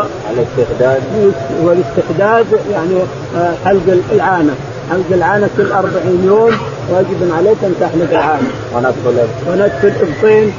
والاستحداد يعني حلق العانة. حلق العانة كل 40 يوم واجب عليك أن تحلق العانة. ونتف الإبطين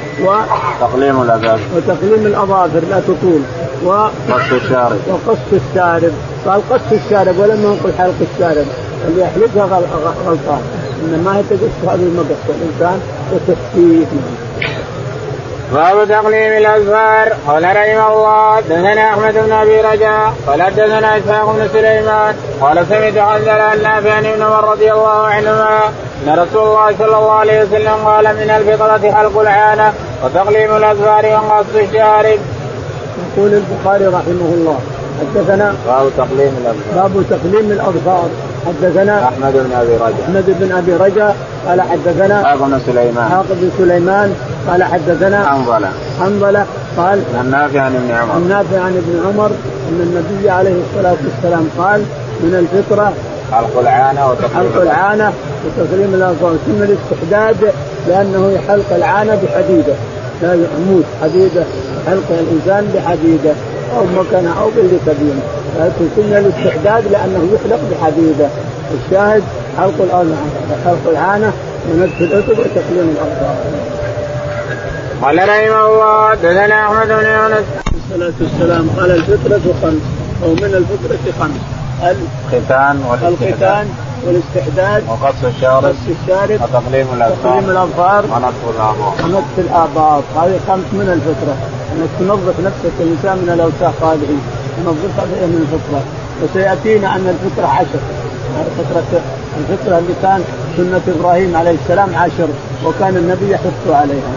وتقليم الأظافر لا تطول وقص الشارب. قال قص الشارب ولم ينقل حلق الشارب. اللي يحلقها غلطان إنما هي تقص هذه المقص الإنسان وتحكيه. باب تقليم الأظفار. قال رحمه الله دثنا أحمد بن أبي رجاء قال دثنا إسحاق بن سليمان قال سمعت حنظلة النافع عن ابن عمر رضي الله عنهما أن رسول الله صلى الله عليه وسلم قال من الفطرة حلق العانة وتقليم الأظفار وقص الشارب. يقول البخاري رحمه الله حدثنا باب تقليم الأظفار. حدثنا أحمد بن أبي رجاء قال حدثنا إسحاق بن سليمان قال حدثنا حنظلة قال النافع عن ابن عمر أن النبي عليه الصلاة والسلام قال من الفطرة حلق العانة وتقليم الأظفار. ثم الاستحداد لأنه يحلق العانة بحديدة لا يعمود حديدة حلق الإنسان بحديدة أو مكانه أو بالكبير. لكن ثم الاستحداد لأنه يحلق بحديدة. الشاهد حلق العانة ونتف الأطب وتقليم الأظفار. قال رحمه الله دثنا أحمد بن يونس الصلاة والسلام قال الفطرة 5 أو من الفطرة 5 الختان والاستحداد وقص الشارب وتقليم الأظفار ونتف الآباط. هذه 5 من الفطرة. أنك تنظف نفسك الإنسان من الأوساخ هذه تنظفها من الفطرة. وسيأتينا أن الفطرة 10. الفطرة اللي كان سنة إبراهيم عليه السلام 10 وكان النبي يحث عليها.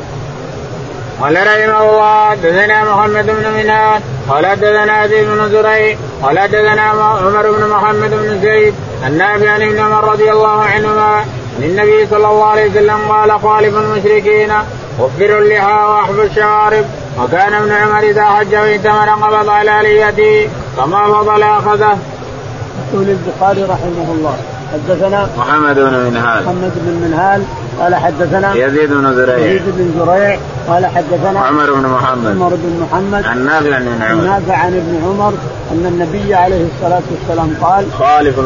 قال رحمه الله دثنا محمد بن منهال قال دثنا عزيز بن زريع قال دثنا عمر بن محمد بن زيد النافع عن ابن عمر رضي الله عنهما ان النبي صلى الله عليه وسلم قال خالف المشركين وفروا اللحى واحفوا الشوارب. وكان ابن عمر اذا حج واعتمر قبض على لحيته فما فضل اخذه. يقول البخاري رحمه الله حدثنا محمد بن منهال قال حدثنا يزيد بن زريع قال حدثنا عمر بن محمد النافع عن ابن عمر أن النبي عليه الصلاة والسلام قال خالف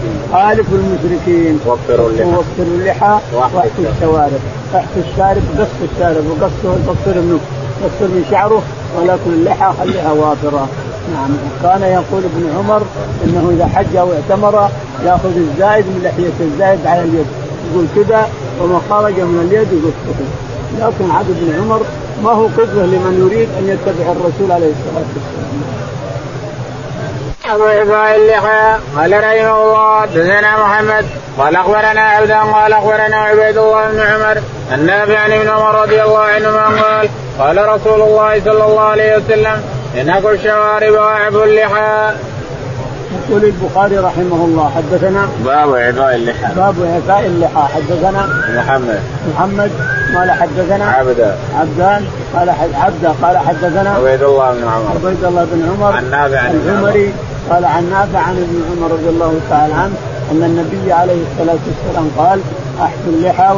المشركين وفروا اللحى واحفوا الشوارب. احفوا الشارب قص الشارب وقصه القصر من شعره ولكن اللحى خليها وافرة. نعم. كان يقول ابن عمر انه اذا حج او اعتمر ياخذ الزائد من لحيته الزائد على اليد يقول كذا وما خرج من اليد يقول كذا. لكن عبد بن عمر ما هو قدوة لمن يريد ان يتبع الرسول عليه الصلاة والسلام. أبو إبراء اللحى قال رحمه الله دثنا محمد قال أخبرنا عبدا قال أخبرنا عبيد الله بن عمر النافع عن ابن عمر رضي الله عنهما قال قال رسول الله صلى الله عليه وسلم انكوا الشوارب واعفوا اللحى. يقول البخاري رحمه الله حدثنا باب إعفاء اللحى حدثنا محمد قال حدثنا عبدان قال حدثنا عبيد الله بن عمر العمري قال عن نافع عن ابن عمر رضي الله تعالى عنه أن النبي عليه الصلاة والسلام قال احفوا اللحى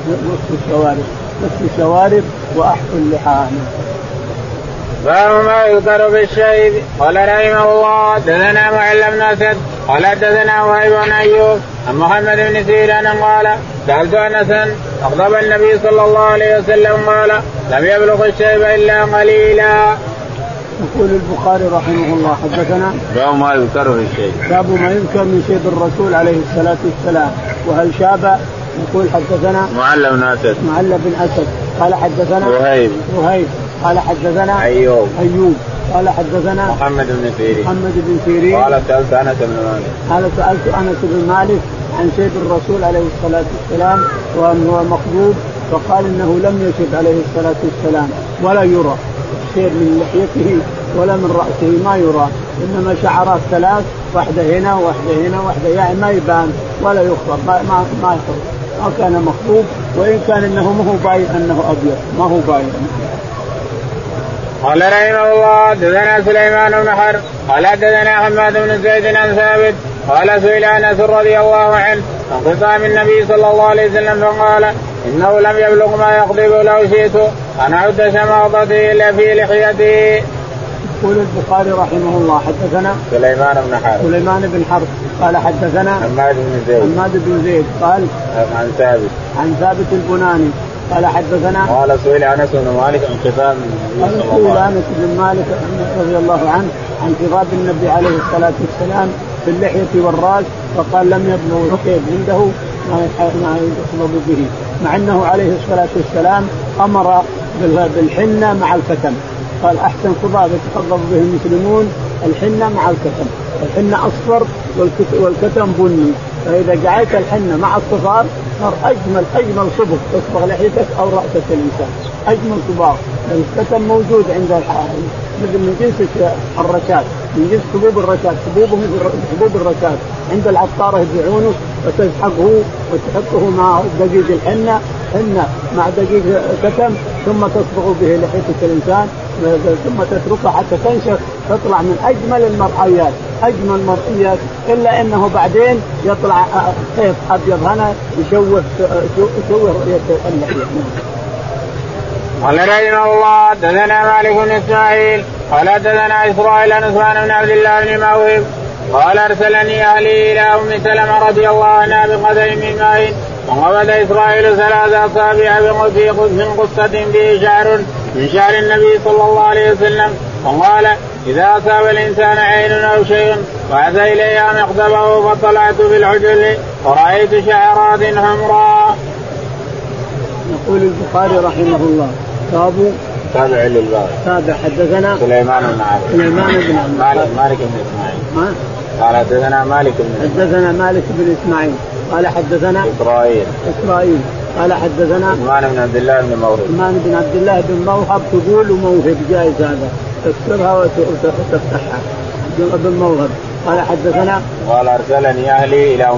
وقصوا الشوارب واحفوا اللحى. باب ما يذكر بالشهيد. قال رحمه الله دثنا معل بن اسد قال دثنا وهيب بن ايوب عن محمد بن سيران قال سألت انسا اغضب النبي صلى الله عليه وسلم قال لم يبلغ الشيب الا قليلا. يقول البخاري رحمه الله حدثنا باب ما يذكر من شيب الرسول عليه الصلاة والسلام وهل شاب. يقول حدثنا معل بن اسد قال حدثنا وهيب قال حدثنا أيوب قال حدثنا محمد بن سيرين قال سألت أنس بن مالك عن شيب الرسول عليه الصلاة والسلام وهو مخضوب فقال إنه لم يشب عليه الصلاة والسلام ولا يرى الشيب من لحيته ولا من رأسه ما يرى إنما شعرات 3 واحدة هنا واحدة يعني ما يبان ولا يخرب ما يخرب. ما كان مخضوب وإن كان إنه ما هو باين أنه أبيض ما هو باين. قال رحمه الله دثنا سليمان بن حرب قال دثنا حماد بن زيد عن ثابت قال سئل انس رضي الله عنه عن خصام النبي صلى الله عليه وسلم فقال انه لم يبلغ ما يقضب لو شئت أن عد شماطته إلا في لحيته. يقول البخاري رحمه الله حدثنا سليمان بن حرب قال حدثنا حماد بن زيد قال عن ثابت البناني قال حدثنا قال سئل أنس بن مالك عن خطاب أنس بن مالك رضي الله عنه عن خطاب النبي عليه الصلاة والسلام في اللحية والرأس فقال لم يبلغ رقيب عنده ما يخضب به مع أنه عليه الصلاة والسلام أمر بالحنة مع الكتم. قال أحسن خضاب يتخضب به المسلمون الحنة مع الكتم. الحنة أصفر والكتم بني فإذا جعلت الحنة مع الصفار صار أجمل صبغ تصبغ لحيتك أو رأسك الإنسان أجمل صباغ. الكتم موجود عند الحائل مثل من جنس الرشاد من جنس حبوب الرشاد حبوب الرشاد عند العطارة يبيعونه وتسحقه وتحطه مع دقيق الحنة مع دقيق كتم ثم تصبغ به لحية الإنسان ثم تتركها حتى تنشف تطلع من أجمل مرئيات إلا أنه بعدين يطلع خيط أبيض هنا يشوه رؤية اللحية. قال رحمه الله دثنا مالك بن إسماعيل قال دثنا إسرائيل عن عثمان بن عبد الله بن موهب قال أرسلني أهلي إلى أم سلمة رضي الله عنها بقدر من ماء وقبض إسرائيل 3 أصابع من قصة به شعر من شعر النبي صلى الله عليه وسلم وقال إذا أصاب الإنسان عين أو شيء وعد إليها مقدمه فطلعت في العجل ورأيت شعرات حمراء. يقول البخاري رحمه الله تابع للباب تابع حدثنا سليمان بن مالك بن إسماعيل قال حدثنا مالك بن إسماعيل قال حدثنا إسرائيل قال حدثنا عثمان بن عبد الله بن موهب تقول موهب جائز هذا تكسرها وتفتحها بن موهب قال حدثنا قال أرسلني أهلي إلى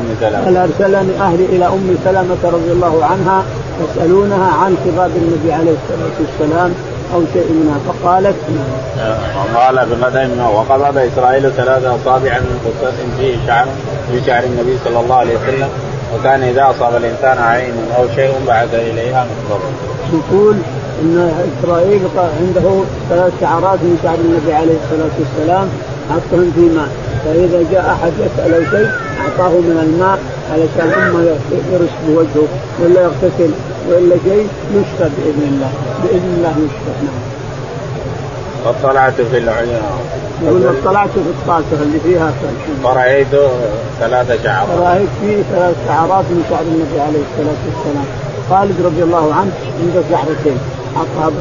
أم سلمة رضي الله عنها يسألونها عن خطاب النبي عليه الصلاة والسلام أو شيء منها فقالت قال بقدم وقبض إسرائيل 3 أصابع من قصة فيه شعر في شعر النبي صلى الله عليه وسلم وكان إذا أصاب الإنسان عين أو شيء بعث إليها مقدمه. يقول إن إسرائيل عنده 3 شعرات من شعر النبي عليه الصلاة والسلام حطهم في ماء فإذا جاء أحد يسأل شيء أعطاه من الماء علشان يرش بوجهه ولا يغتسل ولا شيء يشفى بإذن الله يشفى. فاطلعت في العيون يقول اطلعت في الطاسة اللي فيها فرأيت 3 شعرات رأيت فيه 3 شعرات من شعر النبي عليه الصلاة والسلام. خالد رضي الله عنه عنده شعرتين حطها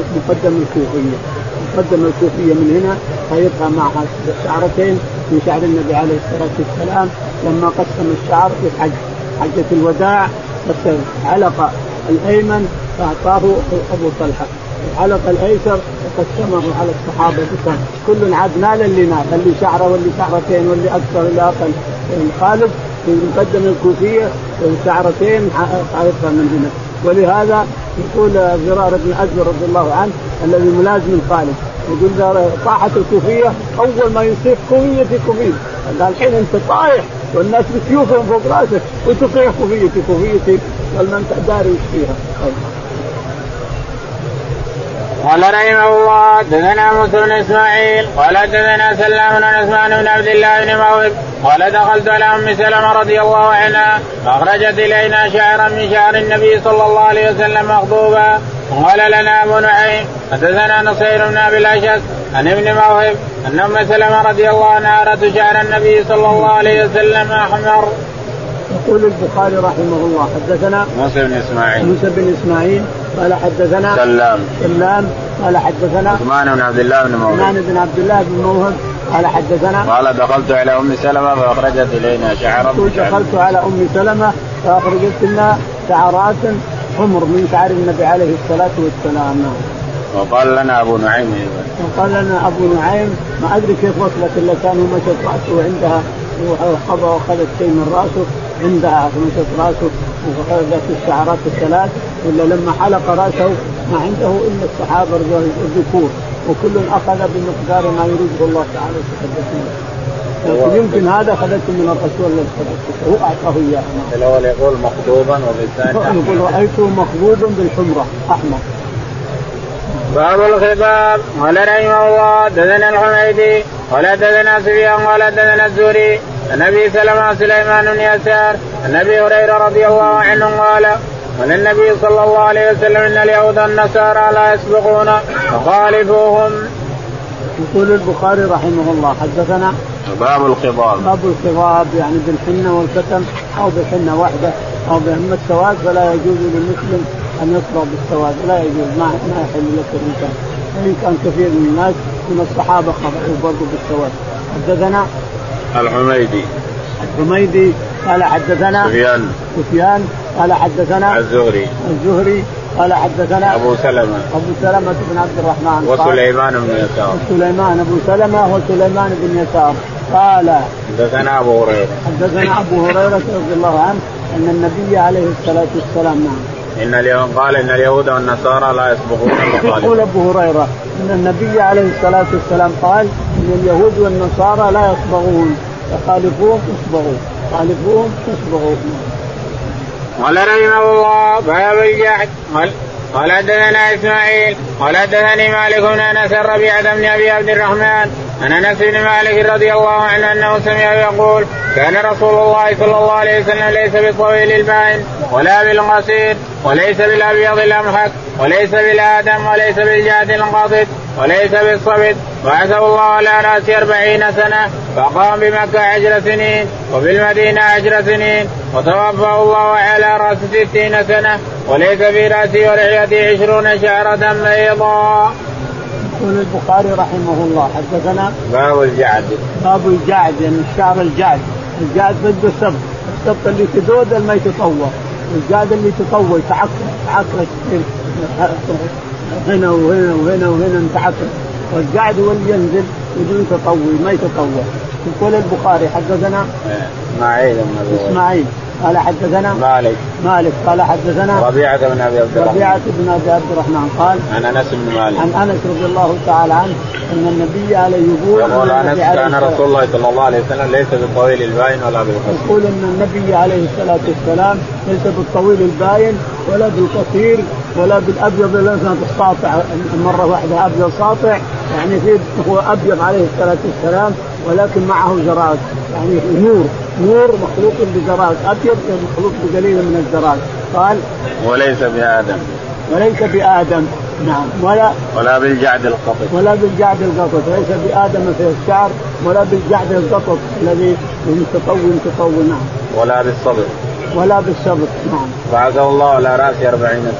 مقدم الكوفية من هنا خيطها معها شعرتين من شعر النبي عليه الصلاة والسلام لما قسم الشعر في حجة الوداع علق الأيمن فأعطاه أبو طلحة الحلقة الأيسر وقسمه على الصحابة كل عاد نال اللي شعره واللي شعرتين واللي أكثر واللي أقل. خالد في مقدم الكوفية شعرتين حائطها من هنا. ولهذا يقول زرار بن أزور رضي الله عنه الذي ملازم خالد يقول طاحت الكوفية أول ما يصيح كوفية قال الحين أنت طايح والناس بسيوفهم فوق راسك وتطيح كوفيتي والمن تداري وش فيها. قال رحمه الله دثنا موسى بن إسماعيل قال دثنا سلام بن عثمان بن عبد الله بن موهب قال دخلت على أم سلمة رضي الله عنها فأخرجت إلينا شعرا من شعر النبي صلى الله عليه وسلم مخضوبا قال لنا أبو نعيم حدثنا نصير بن أبي الأشعث عن ابن موهب أن أم سلمة رضي الله عنها رأت شعر النبي صلى الله عليه وسلم أحمر. يقول البخاري رحمه الله حدثنا موسى بن إسماعيل قال حدثنا سلام قال حدثنا عثمان بن عبد الله بن موهب قال حدثنا قال دخلت على أم سلمة فأخرجت إلينا شعرا دخلت على أم سلمة فأخرجت لنا شعرات حمر من شعر النبي عليه الصلاة والسلام. وقال لنا أبو نعيم ما أدري كيف وصلت إلا كانوا مشت رأسه عندها وأخذت شيء من رأسه عندها فمشت رأسه وأخذت الشعرات 3 ولا لما حلق رأسه ما عنده إلا الصحابة الذكور وكل أخذ بمقدار ما يريده الله تعالى وتقدسه. يمكن هذا أخذته من الرسول هو أعطاه إياه. الأول يقول مخضوبا وبالثاني يقول رأيته مخضوبا بالحمرة أحمر. باب الخطاب. قال رحمه الله دثنا الحميدي ولا دثنا سفيان ولا دثنا الزهري عن ابي سلمة سليمان بن يسار عن ابي هريرة رضي الله عنه قال قال النبي صلى الله عليه وسلم ان اليهود والنصارى لا يسبقون فخالفوهم. يقول البخاري رحمه الله حدثنا باب الخضاب. باب الخضاب يعني بالحنة والكتم أو بالحنة واحدة أو بهم السواد، فلا يجوز للمسلم أن يصبغ بالسواد، لا يجوز، ما يحل لك الإنسان، وإن كان كثير من الناس من الصحابة خضعوا برضو بالسواد. حدثنا الحميدي قال حدثنا سفيان قال حدثنا الزهري قال حدثنا أبو سلمة بن عبد الرحمن وسليمان بن يسار أبو سلمة وسليمان بن يسار قال حدثنا أبو هريرة رضي الله عنه أن النبي عليه الصلاة والسلام قال إن اليهود والنصارى لا يسبقون. يقول أبو هريرة أن النبي عليه الصلاة والسلام قال إن اليهود والنصارى لا يسبقون فخالفوهم تصبغوا. قال رحمه الله باب الجعد. قال حدثنا اسماعيل قال حدثني مالك بن انس ربيعة بن ابي عبد الرحمن عن انس بن مالك رضي الله عنه انه سمع يقول كان رسول الله صلى الله عليه وسلم ليس بالطويل البائن ولا بالقصير وليس بالابيض الامحك وليس بالادم وليس بالجعد القاطد وليس بالصبت، بعثه الله على راس 40 سنة فقام بمكة 10 سنين وبالمدينة 10 سنين وتوفاه الله على راس 60 سنة وليس في راسه ولحيته 20 شعرة بيضاء. يقول البخاري رحمه الله حدثنا باب الجعد يعني الشعر الجعد ضد السبط اللي تدود ما يتطور، الجعد اللي تطور تعكر هنا وهنا متعكر، والجعد هو اللي ينزل بدون تطوي ما يتطور. يقول البخاري حدثنا إسماعيل قال حدثنا مالك قال حدثنا ربيعة بن أبي عبد الرحمن قال عن أنس بن مالك عن أنس رضي الله تعالى عنه أن النبي عليه يقول أنس كان رسول الله صلى الله عليه وسلم ليس بالطويل الباين ولا بالقصير. يقول أن النبي عليه الصلاة والسلام ليس بالطويل الباين ولا بالقصير ولا بالأبيض الأسود الساطع، مرة واحدة أبيض ساطع يعني هو أبيض عليه الصلاة والسلام ولكن معه زراد، يعني نور مخلوق بزراد، أبيض مخلوق بقليل من الزراد. قال وليس بآدم نعم ولا بالجعد القطط ليس بآدم في الشعر ولا بالجعد القطط الذي متطول نعم ولا بالصبر نعم. بعثه الله على رأس 40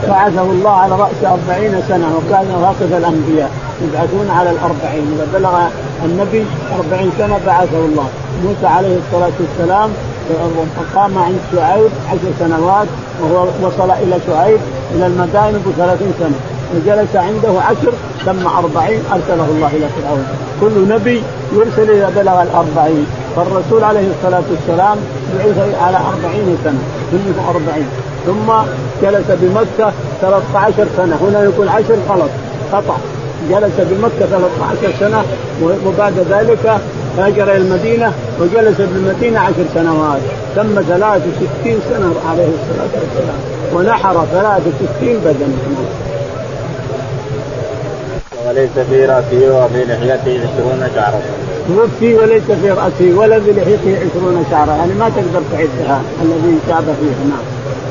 سنة وكان واقف الأنبياء يبعثون على 40، إذا بلغ النبي 40 سنة بعثه الله. موسى عليه الصلاة والسلام قام عند شعيب 10 سنوات وهو وصل إلى شعيب إلى المدائن ب30 سنة وجلس عنده 10 ثم 40 أرسله الله إلى فرعون. كل نبي يرسل إذا بلغ 40، فالرسول عليه الصلاة والسلام بعث على 40 سنة كله 40 ثم جلس بمكة 13 سنة. هنا يقول 10 غلط خطأ، جلس بمكة 13 سنة وبعد ذلك هاجر إلى المدينة وجلس بالمدينة 10 سنوات ثم 63 سنة عليه الصلاة والسلام ونحر 63 بدن. وليس في رأسه وفي لحيته 20 شعرة. توفي وليس في رأسه ولا في لحيته 20 شعرة، يعني ما تقدر تعدها الذي تاب فيه. نعم.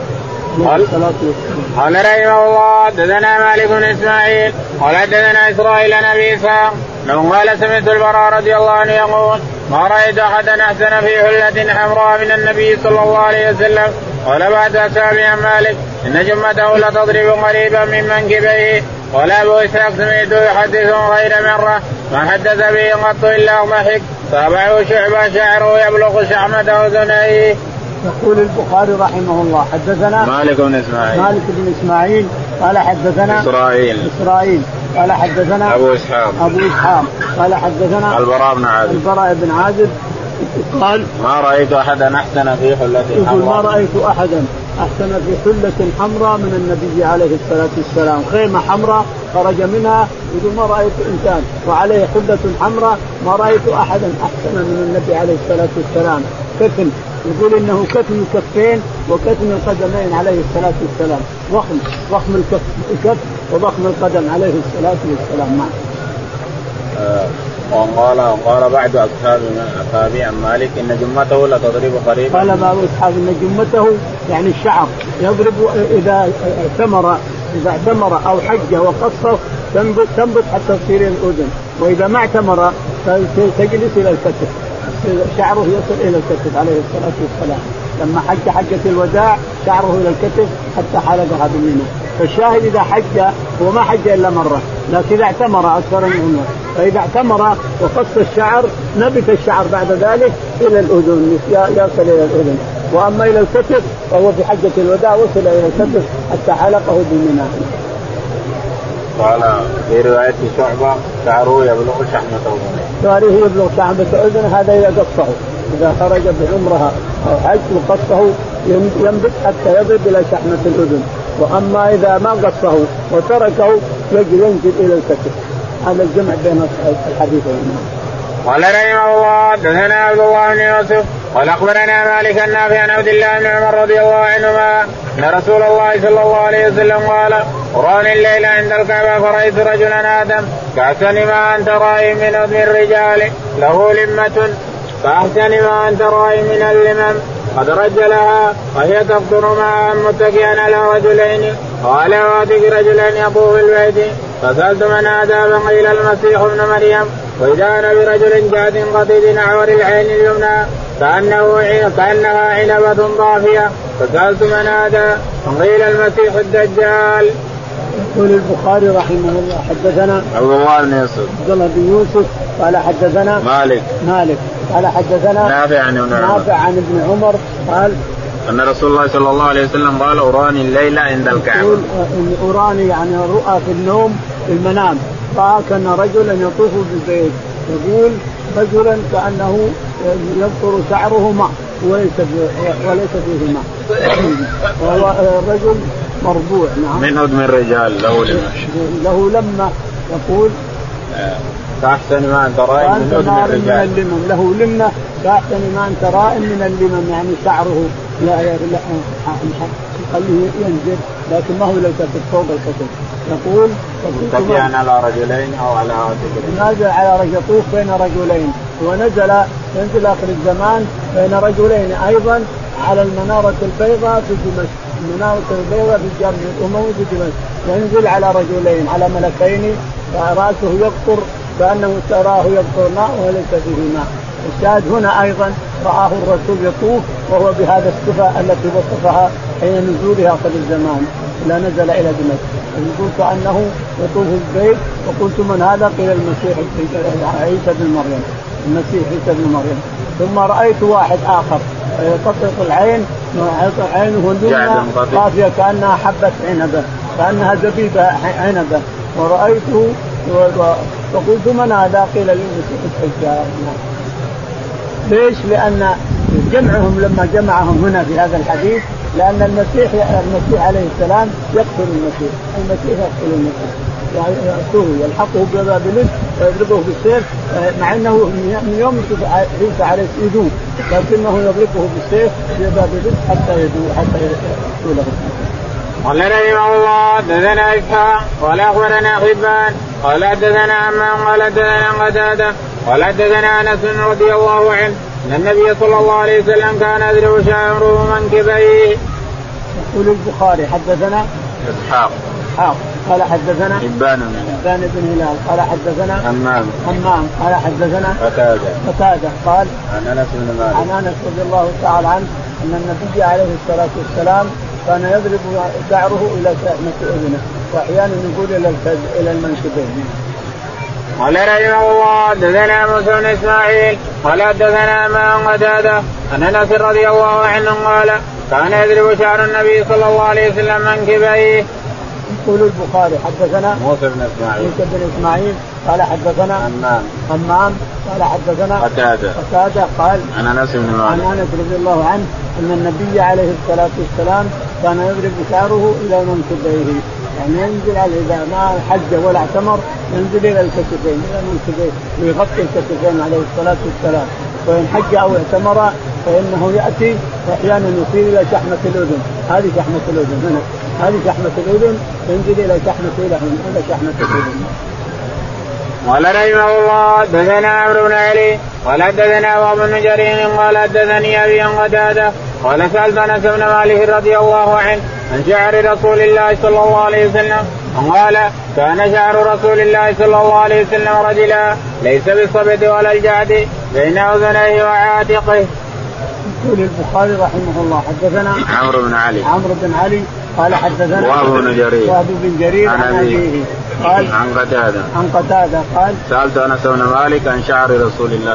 قال رحمه الله دثنا مالك بن اسماعيل قال دثنا اسرائيل عن ابي اسحاق انه قال سمعت البراء رضي الله عنه يقول ما رايت احدا احسن في حلة حمراء من النبي صلى الله عليه وسلم. قال بعد اسابيع مالك ان جمته لتضرب قريبا من منكبيه. قال ابو اسحاق سمعته يحدث غير مرة ما حدث به قط الا ضحك. تابعه شعبة شعره يبلغ شحمة اذنيه. يقول البخاري رحمه الله حدثنا مالك بن إسماعيل قال حدثنا إسرائيل قال حدثنا أبو إسحاق قال حدثنا البراء بن عازب قال ما رأيت أحدا أحسن في حلة حمراء. ما رأيت أحدا أحسن في حلة حمراء من النبي عليه الصلاة والسلام. خيمة حمراء خرج منها يقول ما رأيت إنسان وعليه حلة حمراء ما رأيت أحدا أحسن من النبي عليه الصلاة والسلام. كتم يقول إنه كتم الكفين وكتم القدمين عليه الصلاة والسلام، ضخم الكف وضخم القدم عليه الصلاة والسلام. معه. وقال بعض أصحاب عن مالك إن جمته لا تضرب قريبا. قال بعض أصحاب إن جمته يعني الشعر يضرب إذا اعتمر أو حج وقصر تنبت حتى تصير الأذن، وإذا ما اعتمر تجلس إلى الكتف، شعره يصل إلى الكتف عليه الصلاة والسلام. لما حجة الوداع شعره إلى الكتف حتى حلقها باليمين. فالشاهد إذا حج هو ما حج إلا مرة، لكن إذا اعتمر أكثر من عمره، فإذا اعتمر وقص الشعر نبت الشعر بعد ذلك إلى الأذن، يصل إلى الأذن. وأما إلى الكتف فهو في حجة الوداع وصل إلى الكتف حتى حلقه باليمين. قال في رواية شعبة شعره يبلغ شحمة أذنه. شعره يبلغ شحمة أذنه، هذا إذا قصه، إذا خرج بعمرها أو حج وقصه ينبت حتى يضرب إلى شحمة الأذن. وأما إذا ما قصه وتركه ينزل إلى الكتف. هذا الجمع بين الحديثين. قال رحمه الله حدثنا عبد الله بن يوسف قال أخبرنا مالك النافع عن عبد الله بن عمر رضي الله عنهما أن رسول الله صلى الله عليه وسلم قال أراني الليلة عند الكعبة فرأيت رجلا آدم كأحسن ما أنت رأي من الرجال له لمة فأحسن ما أنت رأي من اللمم قد رجلها وهي تفطر معها متكئا على رجلين وعلى واتق رجلين يطوف البيت فسألت من هذا فقيل المسيح ابن مريم وإذا أنا برجل جاد قطيد أعور العين اليمنى كأنها عنبة ضافية فسألت من هذا فقيل المسيح الدجال. يقول البخاري رحمه الله حدثنا عبد الله بن يوسف قال حدثنا مالك قال حدثنا نافع عن ابن عمر قال أن رسول الله صلى الله عليه وسلم قال أراني الليلة عند الكعبة. أراني يعني رؤى في النوم في المنام، رأى كان رجلا يطوف بالبيت، يقول رجلا كأنه يبطر شعره ماء وليس فيه ماء، وهو رجل مربوع. نعم. من أدم الرجال له لمة يقول كأحسن ما أنت رائم من أدم الرجال. له لمة كأحسن ما أنت رائم من اللمم، يعني شعره لا خليه ينزل لكن ما هو لو كتب فوق الكتب. يقول متكئا على رجلين أو على رجلين، نازل على رجل يطوف بين رجلين، ينزل آخر الزمان بين رجلين أيضا على المنارة البيضاء في دمشق، المنارة البيضاء في الجامع الأموي في دمشق، ينزل على رجلين على ملكين فرأسه يقطر كأنه تراه يقطر ماء وليس فيه ماء. الشاهد هنا أيضا رآه الرسول يطوف وهو بهذا الصفة التي وصفها حين نزوله آخر الزمان لا نزل إلى دمشق. يقول كأنه يطوف البيت وقلت من هذا؟ قيل المسيح عيسى بن مريم، المسيح عيسى بن مريم. ثم رأيت واحد آخر يطلق العين عينه اليمنى قافية كأنها حبة عنبة كأنها زبيبة عنبة، ورأيته فقلت من هذا؟ قيل المسيح الدجال. ليش؟ لأن جمعهم لما جمعهم هنا في هذا الحديث لأن المسيح عليه السلام يقتل المسيح يقتل المسيح يلحقه ببابلس ويضربه بالسيف، مع أنه من يوم عيسى عليه يدوب لكنه يضربه بالسيف ببابلس حتى يقتله. قال رحمه الله حدثنا إسحاق قال أخبرنا حبان قال حدثنا عمان قال حدثنا قتادة قال حدثنا أنس رضي الله عنه أن النبي صلى الله عليه وسلم كان يضرب شعره منكبيه. يقول البخاري حدثنا إسحاق قال حدثنا حبان بن هلال قال حدثنا همام قال حدثنا قتادة قال عن أنس رضي الله تعالى عنه أن النبي عليه الصلاة والسلام كان يضرب شعره إلى شحمة أذنه وأحيانا يقول إلى المنكبين. قال رحمه الله حدثنا موسى بن إسماعيل قال حدثنا عن قتادة عن أنس رضي الله عنه قال كان يضرب شعر النبي صلى الله عليه وسلم منكبيه. يقول البخاري حدثنا موسى بن إسماعيل قال حدثنا همام قال حدثنا قتادة قال عن أنس رضي الله عنه أن النبي عليه الصلاة والسلام كان يضرب شعره إلى منكبيه، يعني ينزل على إذا ما حج ولا اعتمر ينزل إلى الكتفين ويغطي الكتفين عليه الصلاة والسلام، وإن حج أو اعتمر فإنه يأتي وأحيانا يصير إلى شحمة الأذن، هذه شحمة الأذن هنا هذه شحمة الأذن تنزل إلى شحمة الأذن. قال رحمه الله دثنا عمرو بن علي قال دثنا وهب بن جرير قال دثني أبي عن قتادة قال سألت أنس بن مالك رضي الله عنه عن شعر رسول الله صلى الله عليه وسلم قال كان شعر رسول الله صلى الله عليه وسلم رجلا ليس بالصبد ولا الجعد بين أذنيه وعاتقه. يقول البخاري رحمه الله حدثنا عمرو بن علي قال حدثنا وهب بن جرير عن أبيه قال عن قتادة قال سألت أنس بن مالك عن شعر رسول الله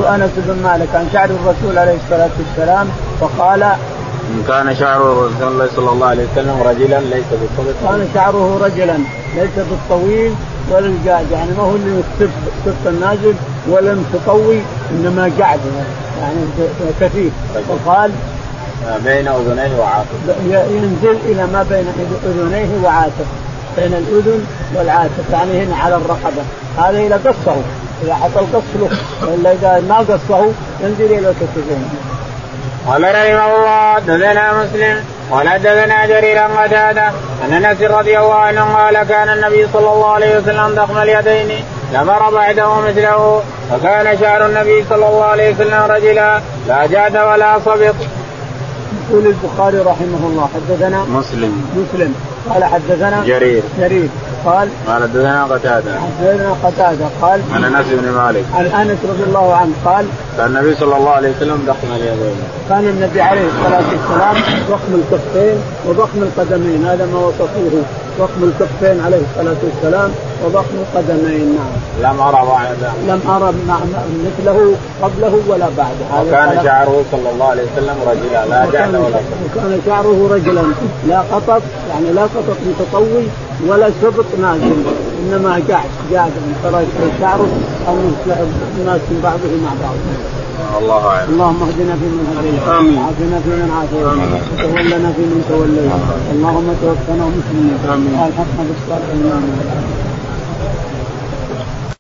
عن شعر الرسول عليه الصلاة والسلام فقال إن كان شعر رسول الله صلى الله عليه وسلم رجلا ليس بالطويل كان شعره رجلا ليس بالطويل ولا الجعد يعني ما هو اللي السبط النازل ولا متقوي إنما جعد يعني كثير. وقال بين أذنيه وعاتق ينزل إلى ما بين أذنيه وعاتق بين الأذن والعاتق يعني هنا على الرقبة. هذا إذا قصه إذا حصل قص له وإلا إذا ما قصه ينزل إلى الكتفين. قال رحمه الله دثنا مسلم قال دثنا جرير عن قتادة أن أنس رضي الله عنه قال كان النبي صلى الله عليه وسلم ضخم اليدين نمر بعده مثله وكان شعر النبي صلى الله عليه وسلم رجلا لا جعد ولا صبط. يقول البخاري رحمه الله حدثنا مسلم قال حدثنا جرير قال حدثنا قتادة قال عن أنس بن مالك عن أنس رضي الله عنه قال كان النبي صلى الله عليه وسلم ضخم اليدين كان النبي عليه الصلاة والسلام ضخم الكفين وضخم القدمين. هذا ما وصفوه ضخم الكفين عليه الصلاة والسلام وضخم القدمين. نعم لم أرى مثله قبله ولا بعده. وكان شعره صلى الله عليه وسلم رجلا لا جعد ولا صبط. وكان شعره رجلا لا قطط يعني لا قطط متطوي ولا سبط نازل إنما جعد ترى شعره أو الناس من بعضه مع بعض. الله أعلم. اللهم اهدنا فيمن هديت وعافنا فيمن عافيت وتولنا فيمن توليت اللهم توفنا مسلمين والحقنا بالصالحين.